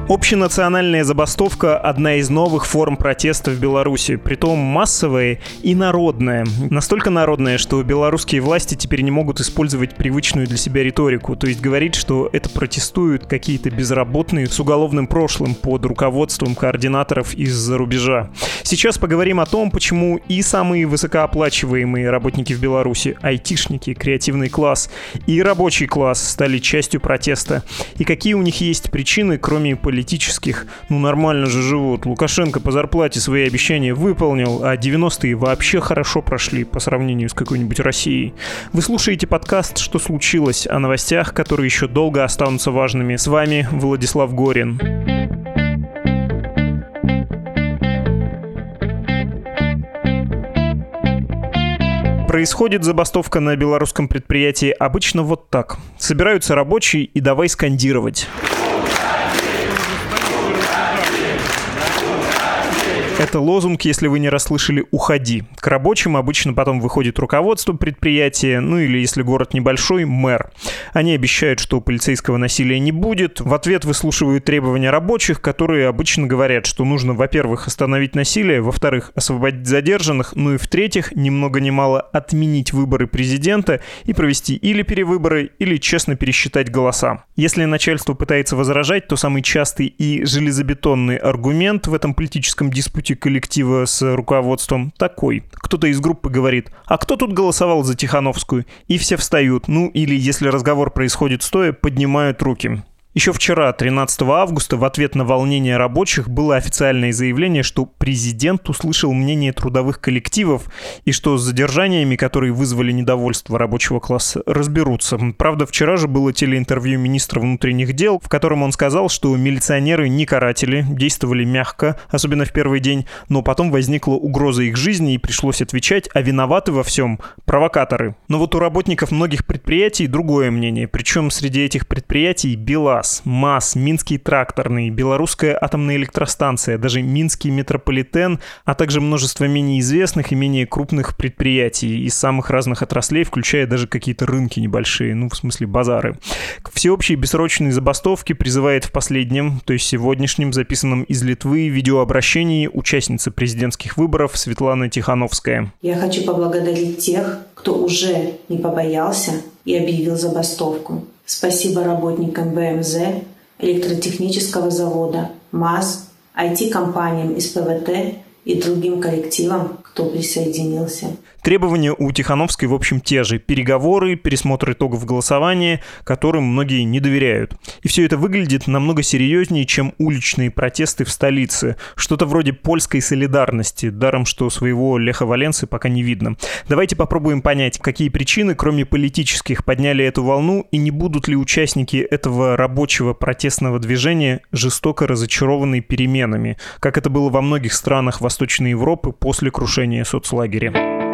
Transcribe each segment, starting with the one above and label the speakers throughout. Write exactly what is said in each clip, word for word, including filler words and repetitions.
Speaker 1: Общенациональная забастовка – одна из новых форм протеста в Беларуси, притом массовая и народная. Настолько народная, что белорусские власти теперь не могут использовать привычную для себя риторику, то есть говорить, что это протестуют какие-то безработные с уголовным прошлым под руководством координаторов из-за рубежа. Сейчас поговорим о том, почему и самые высокооплачиваемые работники в Беларуси, айтишники, креативный класс и рабочий класс стали частью протеста, и какие у них есть причины, кроме политики. политических. Ну, нормально же живут. Лукашенко по зарплате свои обещания выполнил, а девяностые вообще хорошо прошли по сравнению с какой-нибудь Россией. Вы слушаете подкаст «Что случилось?» о новостях, которые еще долго останутся важными. С вами Владислав Горин. Происходит забастовка на белорусском предприятии обычно вот так. Собираются рабочие и давай скандировать. Это лозунг, если вы не расслышали, «Уходи». К рабочим обычно потом выходит руководство предприятия, ну или, если город небольшой, мэр. Они обещают, что полицейского насилия не будет. В ответ выслушивают требования рабочих, которые обычно говорят, что нужно, во-первых, остановить насилие, во-вторых, освободить задержанных, ну и в-третьих, ни много ни мало отменить выборы президента и провести или перевыборы, или честно пересчитать голоса. Если начальство пытается возражать, то самый частый и железобетонный аргумент в этом политическом диспуте коллектива с руководством такой. Кто-то из группы говорит: а кто тут голосовал за Тихановскую? И все встают, ну или, если разговор происходит стоя, поднимают руки. Еще вчера, тринадцатого августа, в ответ на волнение рабочих было официальное заявление, что президент услышал мнение трудовых коллективов и что с задержаниями, которые вызвали недовольство рабочего класса, разберутся. Правда, вчера же было телеинтервью министра внутренних дел, в котором он сказал, что милиционеры не каратели, действовали мягко, особенно в первый день, но потом возникла угроза их жизни и пришлось отвечать, а виноваты во всем провокаторы. Но вот у работников многих предприятий другое мнение, причем среди этих предприятий БелАЗ, МАЗ, Минский тракторный, Белорусская атомная электростанция, даже Минский метрополитен, а также множество менее известных и менее крупных предприятий из самых разных отраслей, включая даже какие-то рынки небольшие, ну, в смысле базары. К всеобщей бессрочной забастовке призывает в последнем, то есть сегодняшнем, записанном из Литвы, видеообращении участница президентских выборов Светлана Тихановская.
Speaker 2: Я хочу поблагодарить тех, кто уже не побоялся и объявил забастовку. Спасибо работникам БМЗ, электротехнического завода, МАЗ, ай ти-компаниям из ПВТ и другим коллективам, кто присоединился.
Speaker 1: Требования у Тихановской, в общем, те же. Переговоры, пересмотр итогов голосования, которым многие не доверяют. И все это выглядит намного серьезнее, чем уличные протесты в столице. Что-то вроде польской солидарности, даром что своего Леха Валенсы пока не видно. Давайте попробуем понять, какие причины, кроме политических, подняли эту волну, и не будут ли участники этого рабочего протестного движения жестоко разочарованы переменами, как это было во многих странах Восточной Европы после крушения соцлагеря.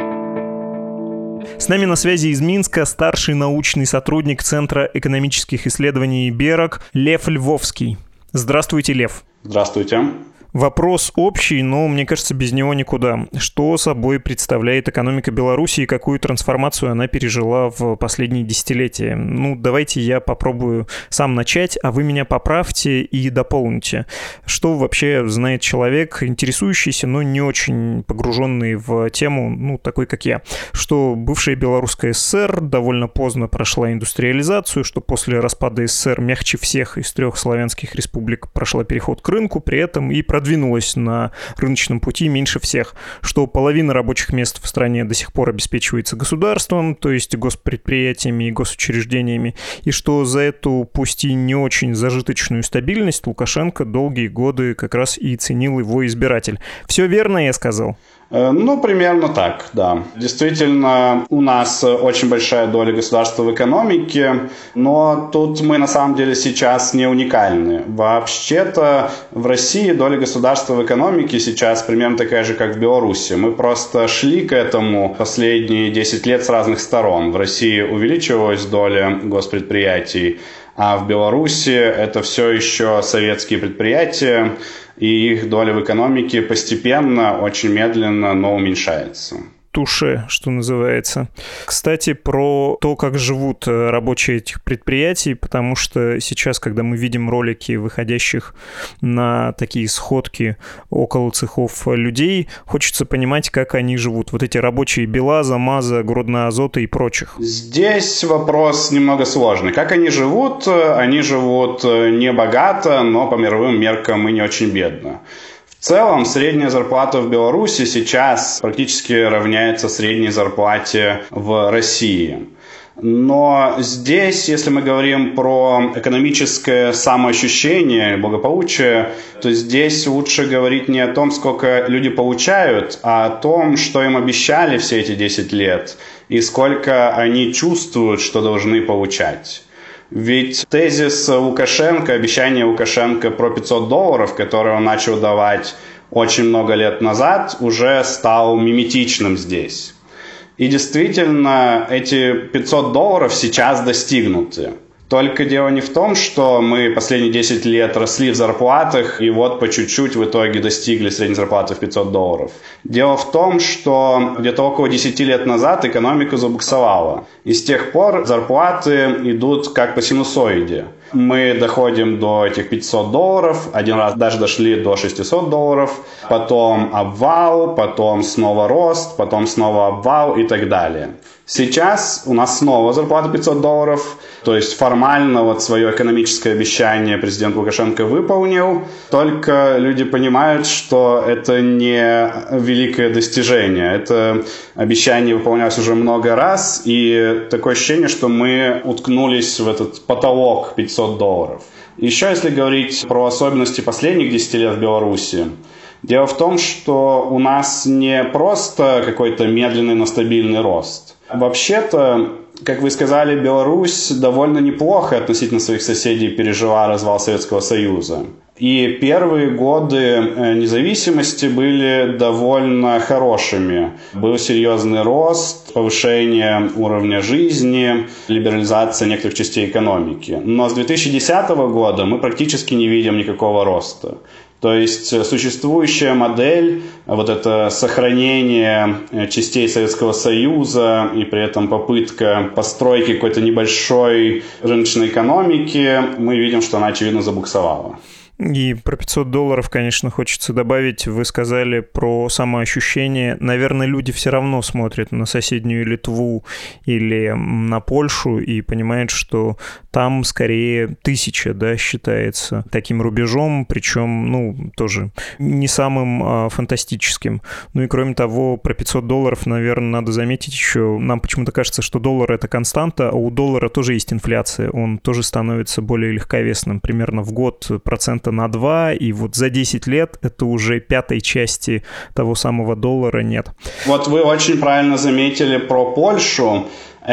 Speaker 1: С нами на связи из Минска старший научный сотрудник Центра экономических исследований БЕРАК Лев Львовский. Здравствуйте, Лев.
Speaker 3: Здравствуйте.
Speaker 1: Вопрос общий, но, мне кажется, без него никуда. Что собой представляет экономика Беларуси и какую трансформацию она пережила в последние десятилетия? Ну, давайте я попробую сам начать, а вы меня поправьте и дополните. Что вообще знает человек, интересующийся, но не очень погруженный в тему, ну, такой, как я? Что бывшая Белорусская ССР довольно поздно прошла индустриализацию, что после распада СССР мягче всех из трех славянских республик прошла переход к рынку, при этом и продвинулась на рыночном пути меньше всех, что половина рабочих мест в стране до сих пор обеспечивается государством, то есть госпредприятиями и госучреждениями, и что за эту, пусть и не очень зажиточную стабильность, Лукашенко долгие годы как раз и ценил его избиратель. Все верно я сказал?
Speaker 3: Ну, примерно так, да. Действительно, у нас очень большая доля государства в экономике, но тут мы на самом деле сейчас не уникальны. Вообще-то в России доля государства в экономике сейчас примерно такая же, как в Беларуси. Мы просто шли к этому последние десять лет с разных сторон. В России увеличивалась доля госпредприятий, а в Беларуси это все еще советские предприятия, и их доля в экономике постепенно, очень медленно, но уменьшается.
Speaker 1: туше, что называется. Кстати, про то, как живут рабочие этих предприятий, потому что сейчас, когда мы видим ролики выходящих на такие сходки около цехов людей, хочется понимать, как они живут. Вот эти рабочие БелАЗа, МАЗа, Гродно-Азота и прочих.
Speaker 3: Здесь вопрос немного сложный. Как они живут? Они живут не богато, но по мировым меркам и не очень бедно. В целом, средняя зарплата в Беларуси сейчас практически равняется средней зарплате в России. Но здесь, если мы говорим про экономическое самоощущение, благополучие, то здесь лучше говорить не о том, сколько люди получают, а о том, что им обещали все эти десять лет и сколько они чувствуют, что должны получать. Ведь тезис Лукашенко, обещание Лукашенко про пятьсот долларов, которые он начал давать очень много лет назад, уже стал миметичным здесь. И действительно, эти пятьсот долларов сейчас достигнуты. Только дело не в том, что мы последние десять лет росли в зарплатах и вот по чуть-чуть в итоге достигли средней зарплаты в пятьсот долларов. Дело в том, что где-то около десять лет назад экономика забуксовала. И с тех пор зарплаты идут как по синусоиде. Мы доходим до этих пятисот долларов, один раз даже дошли до шестисот долларов, потом обвал, потом снова рост, потом снова обвал и так далее. Сейчас у нас снова зарплата пятьсот долларов, то есть формально вот свое экономическое обещание президент Лукашенко выполнил, только люди понимают, что это не великое достижение. Это обещание выполнялось уже много раз, и такое ощущение, что мы уткнулись в этот потолок пятьсот долларов. Еще если говорить про особенности последних десяти лет в Беларуси, дело в том, что у нас не просто какой-то медленный, но стабильный рост. Вообще-то, как вы сказали, Беларусь довольно неплохо относительно своих соседей пережила развал Советского Союза. И первые годы независимости были довольно хорошими. Был серьезный рост, повышение уровня жизни, либерализация некоторых частей экономики. Но с две тысячи десятого года мы практически не видим никакого роста. То есть существующая модель, вот это сохранение частей Советского Союза и при этом попытка постройки какой-то небольшой рыночной экономики, мы видим, что она, очевидно, забуксовала.
Speaker 1: И про пятьсот долларов, конечно, хочется добавить. Вы сказали про самоощущение. Наверное, люди все равно смотрят на соседнюю Литву или на Польшу и понимают, что там скорее тысяча, да, считается таким рубежом, причем, ну, тоже не самым а, фантастическим. Ну и кроме того, про пятьсот долларов, наверное, надо заметить еще, нам почему-то кажется, что доллар — это константа, а у доллара тоже есть инфляция. Он тоже становится более легковесным, примерно в год процента на два, и вот за десять лет это уже пятой части того самого доллара нет.
Speaker 3: Вот вы очень правильно заметили про Польшу.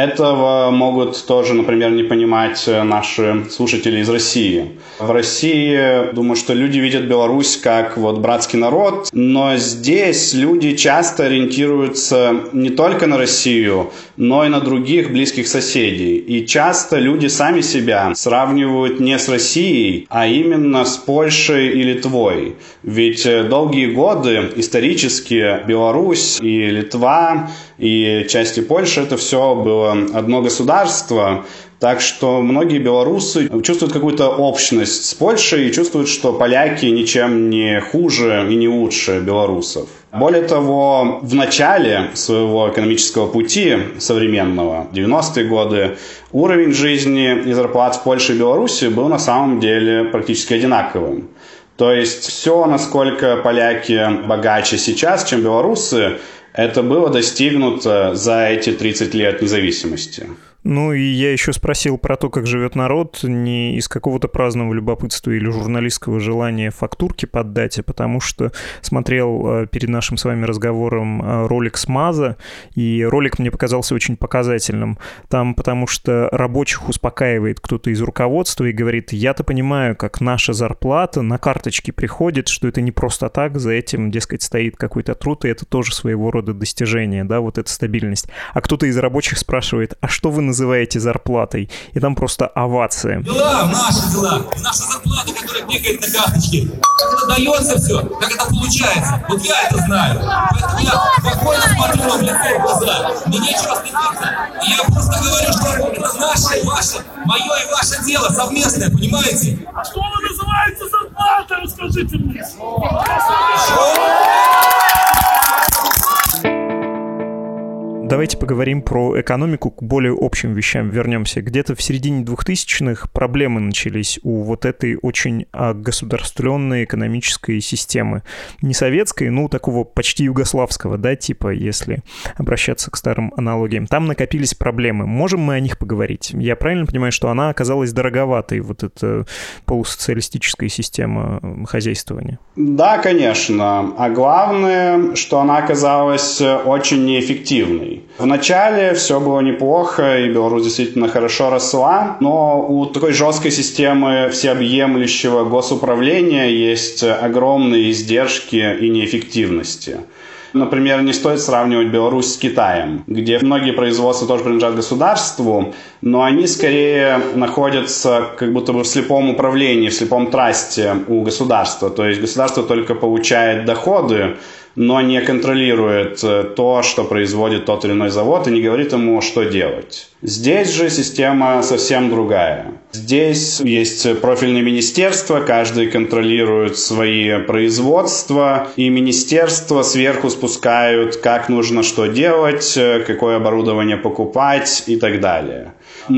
Speaker 3: Этого могут тоже, например, не понимать наши слушатели из России. В России, думаю, что люди видят Беларусь как вот братский народ, но здесь люди часто ориентируются не только на Россию, но и на других близких соседей. И часто люди сами себя сравнивают не с Россией, а именно с Польшей и Литвой. Ведь долгие годы исторически Беларусь и Литва и части Польши — это все было одно государство, так что многие белорусы чувствуют какую-то общность с Польшей и чувствуют, что поляки ничем не хуже и не лучше белорусов. Более того, в начале своего экономического пути современного, девяностые годы, уровень жизни и зарплат в Польше и Беларуси был на самом деле практически одинаковым. То есть все, насколько поляки богаче сейчас, чем белорусы, это было достигнуто за эти тридцать лет независимости.
Speaker 1: Ну и я еще спросил про то, как живет народ, не из какого-то праздного любопытства или журналистского желания фактурки поддать, а потому что смотрел перед нашим с вами разговором ролик с МАЗа, и ролик мне показался очень показательным. Там потому что рабочих успокаивает кто-то из руководства и говорит: я-то понимаю, как наша зарплата на карточке приходит, что это не просто так, за этим, дескать, стоит какой-то труд, и это тоже своего рода достижение, да, вот эта стабильность. А кто-то из рабочих спрашивает: а что вы называете называете зарплатой, и там просто овация.
Speaker 4: Дела, наши дела, наша зарплата, которая бегает на карточке. Как это дается все, как это получается. Вот я это знаю. Поэтому я спокойно смотрю вам в лицо в глаза. Мне нечего стыдиться. И я просто говорю, что это наше и ваше, мое и ваше дело совместное, понимаете?
Speaker 5: А что вы называете зарплатой, расскажите мне.
Speaker 1: Давайте поговорим про экономику, к более общим вещам вернемся. Где-то в середине двухтысячных проблемы начались у вот этой очень огосударствленной экономической системы. Не советской, ну, такого почти югославского, да, типа, если обращаться к старым аналогиям. Там накопились проблемы. Можем мы о них поговорить? Я правильно понимаю, что она оказалась дороговатой, вот эта полусоциалистическая система хозяйствования?
Speaker 3: Да, конечно. А главное, что она оказалась очень неэффективной. Вначале все было неплохо, и Беларусь действительно хорошо росла, но у такой жесткой системы всеобъемлющего госуправления есть огромные издержки и неэффективности. Например, не стоит сравнивать Беларусь с Китаем, где многие производства тоже принадлежат государству, но они скорее находятся как будто бы в слепом управлении, в слепом трасте у государства. То есть государство только получает доходы, но не контролирует то, что производит тот или иной завод, и не говорит ему, что делать. Здесь же система совсем другая. Здесь есть профильные министерства, каждый контролирует свои производства, и министерства сверху спускают, как нужно что делать, какое оборудование покупать и так далее.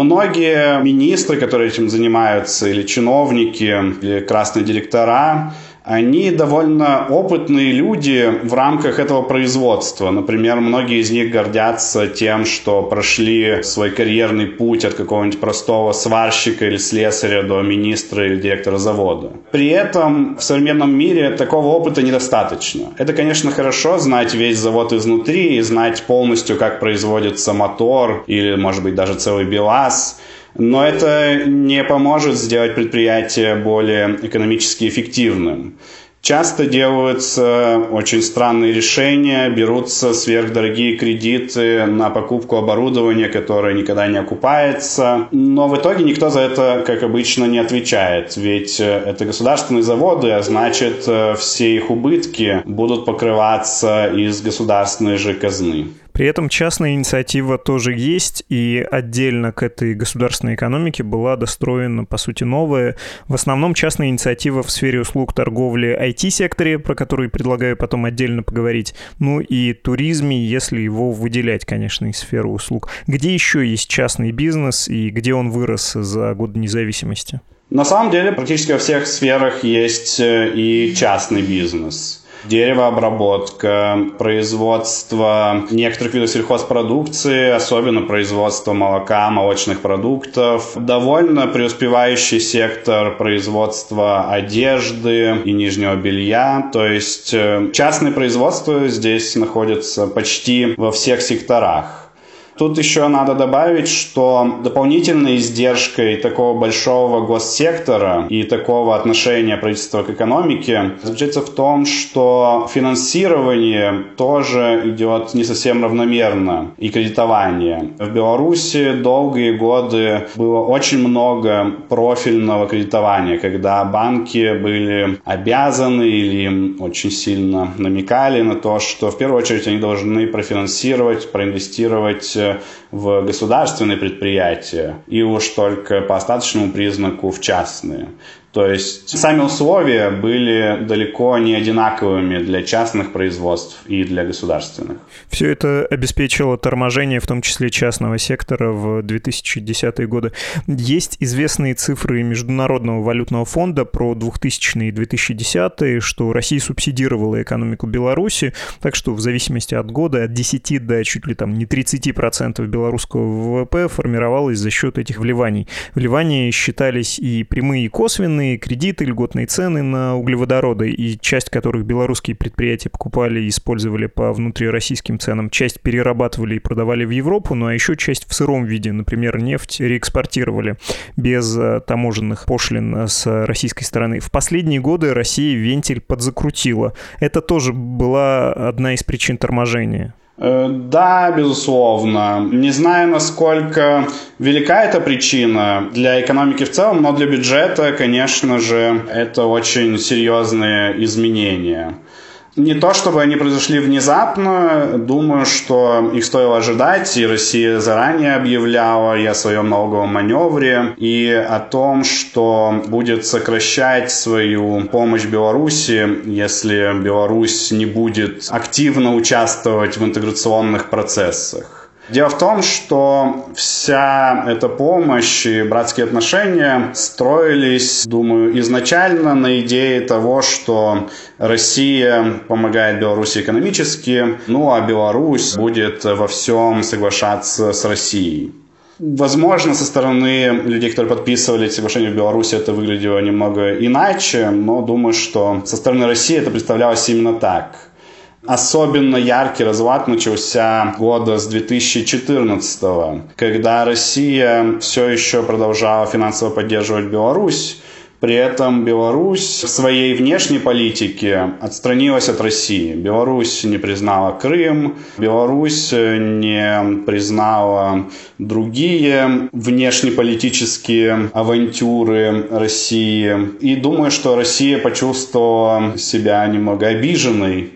Speaker 3: Многие министры, которые этим занимаются, или чиновники, или красные директора, они довольно опытные люди в рамках этого производства. Например, многие из них гордятся тем, что прошли свой карьерный путь от какого-нибудь простого сварщика или слесаря до министра или директора завода. При этом в современном мире такого опыта недостаточно. Это, конечно, хорошо знать весь завод изнутри и знать полностью, как производится мотор или, может быть, даже целый БелАЗ. Но это не поможет сделать предприятие более экономически эффективным. Часто делаются очень странные решения, берутся сверхдорогие кредиты на покупку оборудования, которое никогда не окупается. Но в итоге никто за это, как обычно, не отвечает. Ведь это государственные заводы, а значит, все их убытки будут покрываться из государственной же казны.
Speaker 1: При этом частная инициатива тоже есть, и отдельно к этой государственной экономике была достроена, по сути, новая. В основном частная инициатива в сфере услуг, торговли, ай ти-секторе, про который предлагаю потом отдельно поговорить, ну и туризме, если его выделять, конечно, из сферы услуг. Где еще есть частный бизнес и где он вырос за годы независимости?
Speaker 3: На самом деле, практически во всех сферах есть и частный бизнес. Деревообработка, производство некоторых видов сельхозпродукции, особенно производство молока, молочных продуктов. Довольно преуспевающий сектор производства одежды и нижнего белья. То есть частное производство здесь находится почти во всех секторах. Тут еще надо добавить, что дополнительной издержкой такого большого госсектора и такого отношения правительства к экономике заключается в том, что финансирование тоже идет не совсем равномерно, и кредитование. В Беларуси долгие годы было очень много профильного кредитования, когда банки были обязаны или им очень сильно намекали на то, что в первую очередь они должны профинансировать, проинвестировать в государственные предприятия и уж только по остаточному признаку в частные. То есть сами условия были далеко не одинаковыми для частных производств и для государственных.
Speaker 1: Все это обеспечило торможение, в том числе частного сектора, в две тысячи десятые годы. Есть известные цифры Международного валютного фонда про двухтысячные и две тысячи десятые, что Россия субсидировала экономику Беларуси, так что в зависимости от года от десяти до чуть ли там не тридцати процентов белорусского ВВП формировалось за счет этих вливаний. Вливания считались и прямые, и косвенные, кредиты, льготные цены на углеводороды, и часть которых белорусские предприятия покупали и использовали по внутрироссийским ценам, часть перерабатывали и продавали в Европу, ну а еще часть в сыром виде, например, нефть реэкспортировали без таможенных пошлин с российской стороны. В последние годы Россия вентиль подзакрутила. Это тоже была одна из причин торможения.
Speaker 3: Да, безусловно. Не знаю, насколько велика эта причина для экономики в целом, но для бюджета, конечно же, это очень серьезные изменения. Не то, чтобы они произошли внезапно, думаю, что их стоило ожидать, и Россия заранее объявляла и о своем налоговом маневре, и о том, что будет сокращать свою помощь Беларуси, если Беларусь не будет активно участвовать в интеграционных процессах. Дело в том, что вся эта помощь и братские отношения строились, думаю, изначально на идее того, что Россия помогает Беларуси экономически, ну а Беларусь будет во всем соглашаться с Россией. Возможно, со стороны людей, которые подписывали эти соглашения в Беларуси, это выглядело немного иначе, но думаю, что со стороны России это представлялось именно так. Особенно яркий разлад начался года с две тысячи четырнадцатого, когда Россия все еще продолжала финансово поддерживать Беларусь. При этом Беларусь в своей внешней политике отстранилась от России. Беларусь не признала Крым, Беларусь не признала другие внешнеполитические авантюры России. И думаю, что Россия почувствовала себя немного обиженной.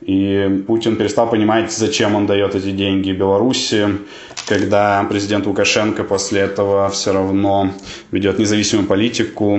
Speaker 3: И Путин перестал понимать, зачем он дает эти деньги Беларуси, когда президент Лукашенко после этого все равно ведет независимую политику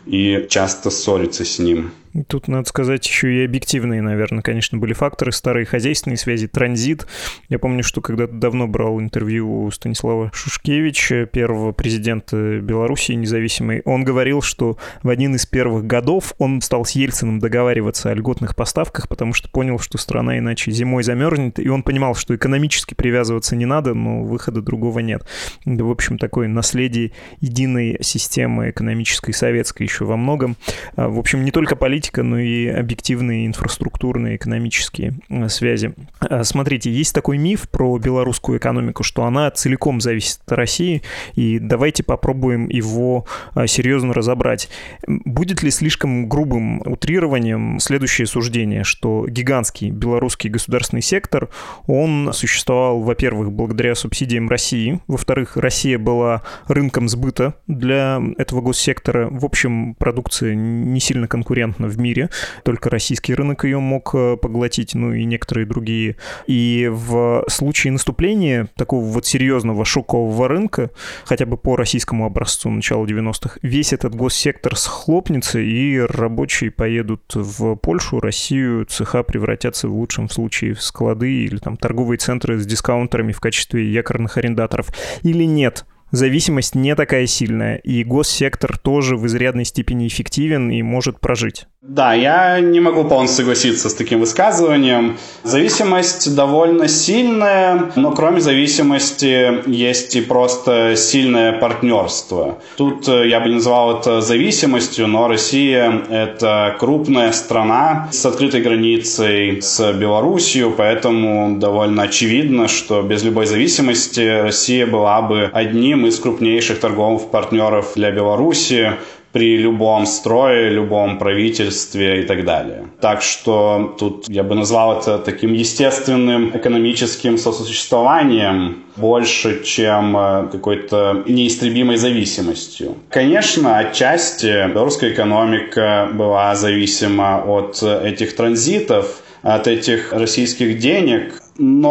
Speaker 3: и часто ссорится с ним.
Speaker 1: Тут, надо сказать, еще и объективные, наверное, конечно, были факторы. Старые хозяйственные связи, транзит. Я помню, что когда-то давно брал интервью у Станислава Шушкевича, первого президента Белоруссии независимой. Он говорил, что в один из первых годов он стал с Ельциным договариваться о льготных поставках, потому что понял, что страна иначе зимой замерзнет. И он понимал, что экономически привязываться не надо, но выхода другого нет. Да, в общем, такое наследие единой системы экономической советской еще во многом. В общем, не только политика, но и объективные инфраструктурные экономические связи. Смотрите, есть такой миф про белорусскую экономику, что она целиком зависит от России, и давайте попробуем его серьезно разобрать. Будет ли слишком грубым утрированием следующее суждение, что гигантский белорусский государственный сектор, он существовал, во-первых, благодаря субсидиям России, во-вторых, Россия была рынком сбыта для этого госсектора, в общем, продукция не сильно конкурентна в мире, только российский рынок ее мог поглотить, ну и некоторые другие. И в случае наступления такого вот серьезного шокового рынка, хотя бы по российскому образцу начала девяностых, весь этот госсектор схлопнется, и рабочие поедут в Польшу, Россию, цеха превратятся в лучшем случае в склады или там торговые центры с дискаунтерами в качестве якорных арендаторов. Или нет? Зависимость не такая сильная, и госсектор тоже в изрядной степени эффективен и может прожить.
Speaker 3: Да, я не могу полностью согласиться с таким высказыванием. Зависимость довольно сильная, но кроме зависимости есть и просто сильное партнерство. Тут я бы не называл это зависимостью, но Россия – это крупная страна с открытой границей с Белоруссией, поэтому довольно очевидно, что без любой зависимости Россия была бы одним из крупнейших торговых партнеров для Беларуси при любом строе, любом правительстве и так далее. Так что тут я бы назвал это таким естественным экономическим сосуществованием больше, чем какой-то неистребимой зависимостью. Конечно, отчасти белорусская экономика была зависима от этих транзитов, от этих российских денег.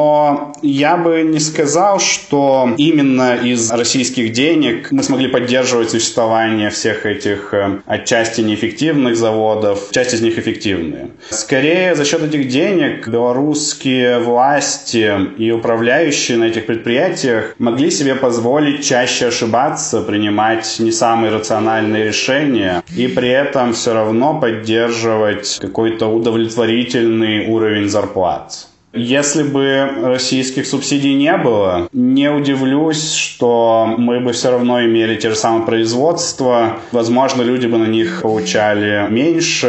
Speaker 3: Но я бы не сказал, что именно из российских денег мы смогли поддерживать существование всех этих отчасти неэффективных заводов, часть из них эффективные. Скорее, за счет этих денег белорусские власти и управляющие на этих предприятиях могли себе позволить чаще ошибаться, принимать не самые рациональные решения и при этом все равно поддерживать какой-то удовлетворительный уровень зарплат. Если бы российских субсидий не было, не удивлюсь, что мы бы все равно имели те же самые производства. Возможно, люди бы на них получали меньше.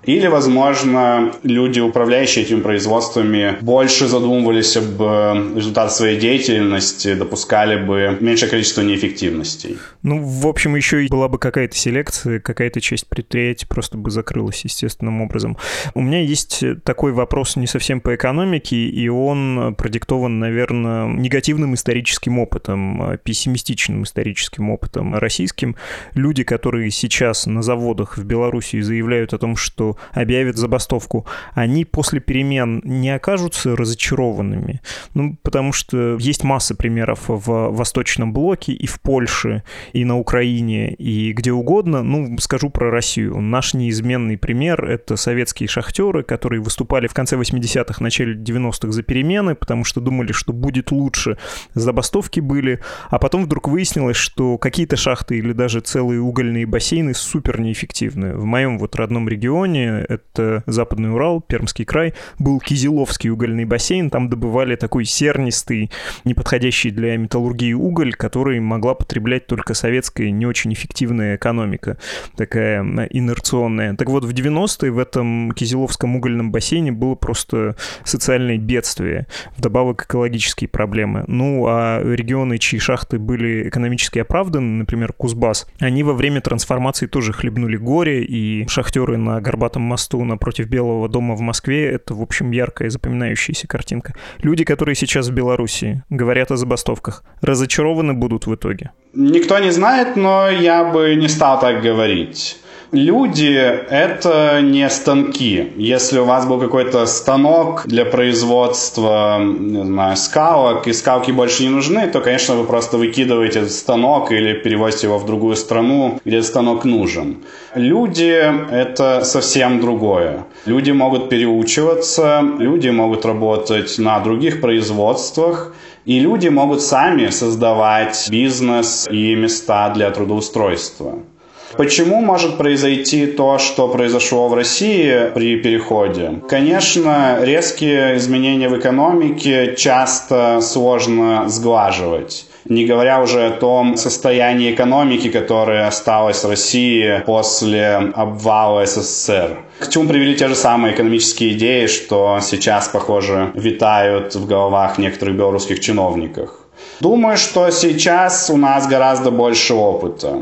Speaker 3: Или, возможно, люди, управляющие этими производствами, больше задумывались об результатах своей деятельности, допускали бы меньшее количество неэффективностей.
Speaker 1: Ну, в общем, еще и была бы какая-то селекция, какая-то часть предприятий просто бы закрылась естественным образом. У меня есть такой вопрос не совсем по экономике, и он продиктован, наверное, негативным историческим опытом, пессимистичным историческим опытом российским. Люди, которые сейчас на заводах в Беларуси заявляют о том, что объявят забастовку, они после перемен не окажутся разочарованными. Ну, потому что есть масса примеров в Восточном блоке и в Польше, и на Украине, и где угодно. Ну, скажу про Россию. Наш неизменный пример — это советские шахтеры, которые выступали в конце восьмидесятых, начале девяностых за перемены, потому что думали, что будет лучше. Забастовки были, а потом вдруг выяснилось, что какие-то шахты или даже целые угольные бассейны супер неэффективны. В моем вот родном регионе, это Западный Урал, Пермский край, был Кизиловский угольный бассейн, там добывали такой сернистый, неподходящий для металлургии уголь, который могла потреблять только советская не очень эффективная экономика, такая инерционная. Так вот, в девяностые в этом Кизиловском угольном бассейне было просто социальное бедствие, вдобавок экологические проблемы. Ну, а регионы, чьи шахты были экономически оправданы, например, Кузбасс, они во время трансформации тоже хлебнули горе, и шахтеры на Горбатом мосту напротив Белого дома в Москве — это, в общем, яркая запоминающаяся картинка. Люди, которые сейчас в Беларуси говорят о забастовках, разочарованы будут в итоге?
Speaker 3: Никто не знает, но я бы не стал так говорить. Люди — это не станки. Если у вас был какой-то станок для производства, не знаю, скалок, и скалки больше не нужны, то, конечно, вы просто выкидываете этот станок или перевозите его в другую страну, где этот станок нужен. Люди — это совсем другое. Люди могут переучиваться, люди могут работать на других производствах, и люди могут сами создавать бизнес и места для трудоустройства. Почему может произойти то, что произошло в России при переходе? Конечно, резкие изменения в экономике часто сложно сглаживать. Не говоря уже о том состоянии экономики, которое осталось в России после обвала СССР. К чему привели те же самые экономические идеи, что сейчас, похоже, витают в головах некоторых белорусских чиновников. Думаю, что сейчас у нас гораздо больше опыта.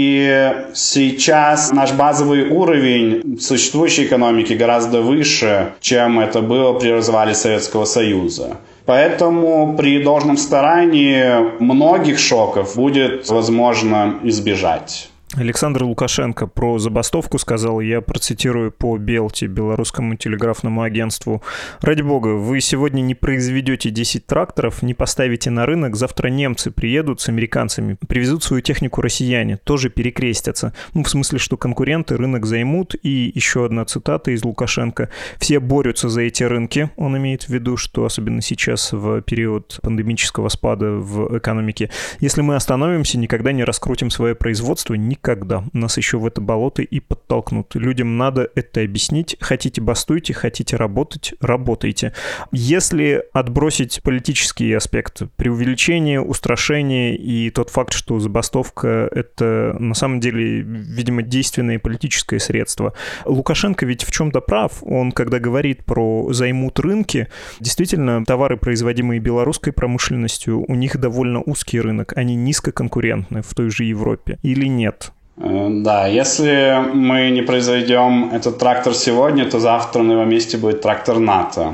Speaker 3: И сейчас наш базовый уровень существующей экономики гораздо выше, чем это было при развале Советского Союза. Поэтому при должном старании многих шоков будет возможно избежать.
Speaker 1: Александр Лукашенко про забастовку сказал, я процитирую по Белте, белорусскому телеграфному агентству. «Ради бога, вы сегодня не произведете десять тракторов, не поставите на рынок, завтра немцы приедут с американцами, привезут свою технику россияне, тоже перекрестятся». Ну, в смысле, что конкуренты рынок займут. И еще одна цитата из Лукашенко. «Все борются за эти рынки». Он имеет в виду, что особенно сейчас, в период пандемического спада в экономике, если мы остановимся, никогда не раскрутим свое производство, никогда. Нас еще в это болото и подтолкнут. Людям надо это объяснить. Хотите — бастуйте, хотите работать — работайте. Если отбросить политический аспект, преувеличение, устрашение и тот факт, что забастовка — это на самом деле, видимо, действенное политическое средство. Лукашенко ведь в чем-то прав. Он, когда говорит про «займут рынки», действительно, товары, производимые белорусской промышленностью, у них довольно узкий рынок. Они низкоконкурентны в той же Европе. Или нет?
Speaker 3: Да, если мы не произведем этот трактор сегодня, то завтра на его месте будет трактор НАТО.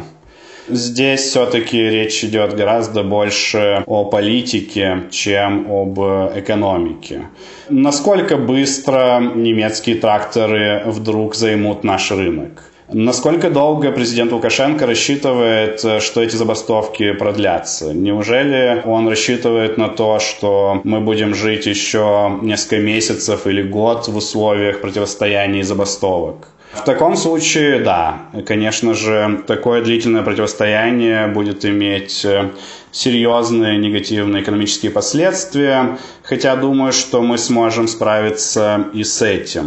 Speaker 3: Здесь все-таки речь идет гораздо больше о политике, чем об экономике. Насколько быстро немецкие тракторы вдруг займут наш рынок? Насколько долго президент Лукашенко рассчитывает, что эти забастовки продлятся? Неужели он рассчитывает на то, что мы будем жить еще несколько месяцев или год в условиях противостояния и забастовок? В таком случае, да, конечно же, такое длительное противостояние будет иметь серьезные негативные экономические последствия, хотя думаю, что мы сможем справиться и с этим.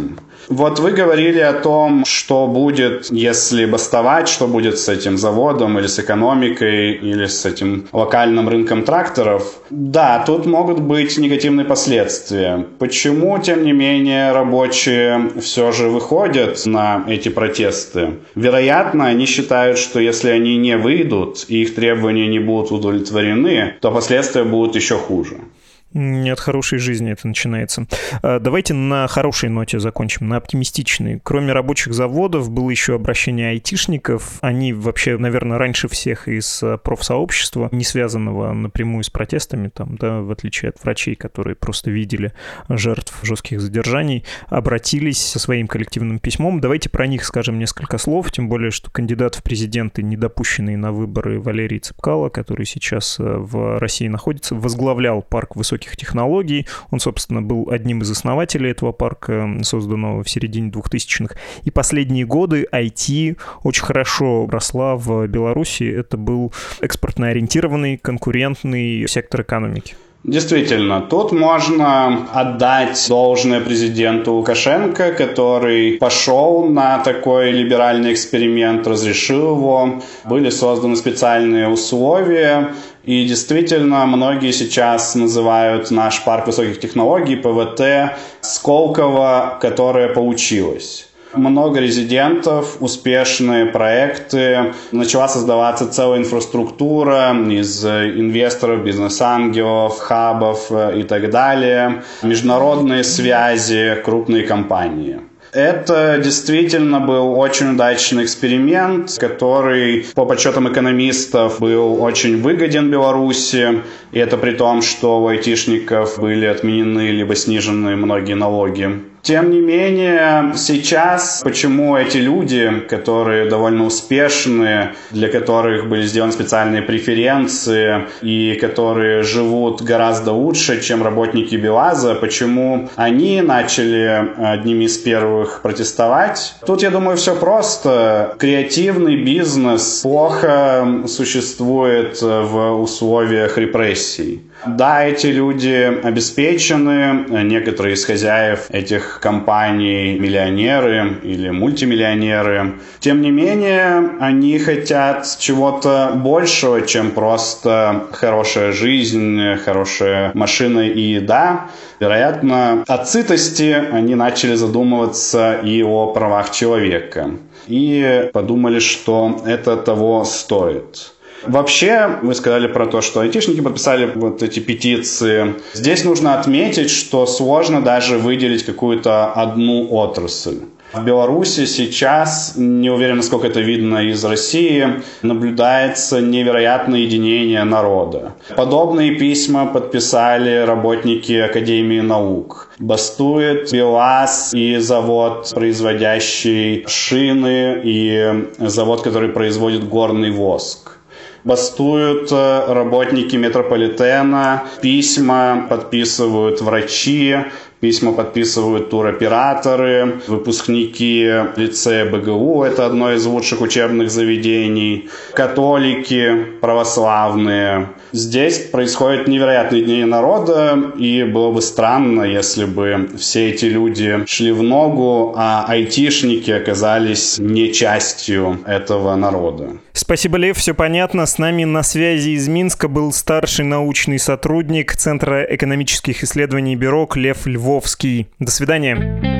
Speaker 3: Вот вы говорили о том, что будет, если бастовать, что будет с этим заводом или с экономикой, или с этим локальным рынком тракторов. Да, тут могут быть негативные последствия. Почему, тем не менее, рабочие все же выходят на эти протесты? Вероятно, они считают, что если они не выйдут и их требования не будут удовлетворены, то последствия будут еще хуже.
Speaker 1: Не от хорошей жизни это начинается. Давайте на хорошей ноте закончим, на оптимистичной. Кроме рабочих заводов было еще обращение айтишников. Они вообще, наверное, раньше всех из профсообщества, не связанного напрямую с протестами, там, да, в отличие от врачей, которые просто видели жертв жестких задержаний, обратились со своим коллективным письмом. Давайте про них скажем несколько слов, тем более, что кандидат в президенты, недопущенный на выборы Валерий Цепкало, который сейчас в России находится, возглавлял парк высоких технологий. Он, собственно, был одним из основателей этого парка, созданного в середине двухтысячных. И последние годы ай ти очень хорошо росла в Беларуси. Это был экспортно ориентированный, конкурентный сектор экономики.
Speaker 3: Действительно, тут можно отдать должное президенту Лукашенко, который пошел на такой либеральный эксперимент, разрешил его. Были созданы специальные условия. И действительно, многие сейчас называют наш парк высоких технологий, пэ вэ тэ, Сколково, которое получилось. Много резидентов, успешные проекты, начала создаваться целая инфраструктура из инвесторов, бизнес-ангелов, хабов и так далее, международные связи, крупные компании. Это действительно был очень удачный эксперимент, который, по подсчетам экономистов, был очень выгоден Беларуси. И это при том, что у айтишников были отменены либо снижены многие налоги. Тем не менее, сейчас почему эти люди, которые довольно успешны, для которых были сделаны специальные преференции и которые живут гораздо лучше, чем работники БелАЗа, почему они начали одними из первых протестовать? Тут, я думаю, все просто. Креативный бизнес плохо существует в условиях репрессий. Да, эти люди обеспечены, некоторые из хозяев этих компаний миллионеры или мультимиллионеры. Тем не менее, они хотят чего-то большего, чем просто хорошая жизнь, хорошая машина и еда. Вероятно, от сытости они начали задумываться и о правах человека. И подумали, что это того стоит. Вообще, вы сказали про то, что айтишники подписали вот эти петиции. Здесь нужно отметить, что сложно даже выделить какую-то одну отрасль. В Беларуси сейчас, не уверен, насколько это видно из России, наблюдается невероятное единение народа. Подобные письма подписали работники Академии наук. Бастует БелАЗ и завод, производящий шины, и завод, который производит горный воск. Бастуют работники метрополитена, письма подписывают врачи, письма подписывают туроператоры, выпускники лицея бэ гэ у, это одно из лучших учебных заведений, католики, православные. Здесь происходит невероятное единение народа, и было бы странно, если бы все эти люди шли в ногу, а айтишники оказались не частью этого народа.
Speaker 1: Спасибо, Лев, все понятно. С нами на связи из Минска был старший научный сотрудник Центра экономических исследований «Бирок» Лев Львовский. До свидания.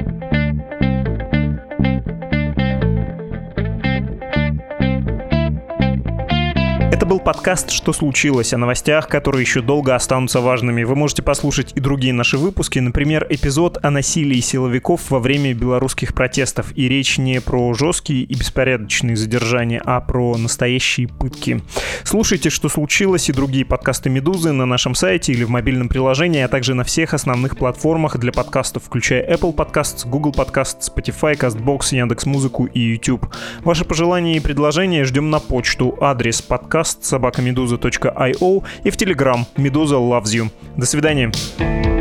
Speaker 1: Это был подкаст «Что случилось?» о новостях, которые еще долго останутся важными. Вы можете послушать и другие наши выпуски, например, эпизод о насилии силовиков во время белорусских протестов. И речь не про жесткие и беспорядочные задержания, а про настоящие пытки. Слушайте «Что случилось?» и другие подкасты «Медузы» на нашем сайте или в мобильном приложении, а также на всех основных платформах для подкастов, включая Apple Podcasts, Google Podcasts, Spotify, CastBox, Яндекс.Музыку и YouTube. Ваши пожелания и предложения ждем на почту. Адрес подкаст собака медуза точка ай о и в Telegram Медуза loves you. До свидания.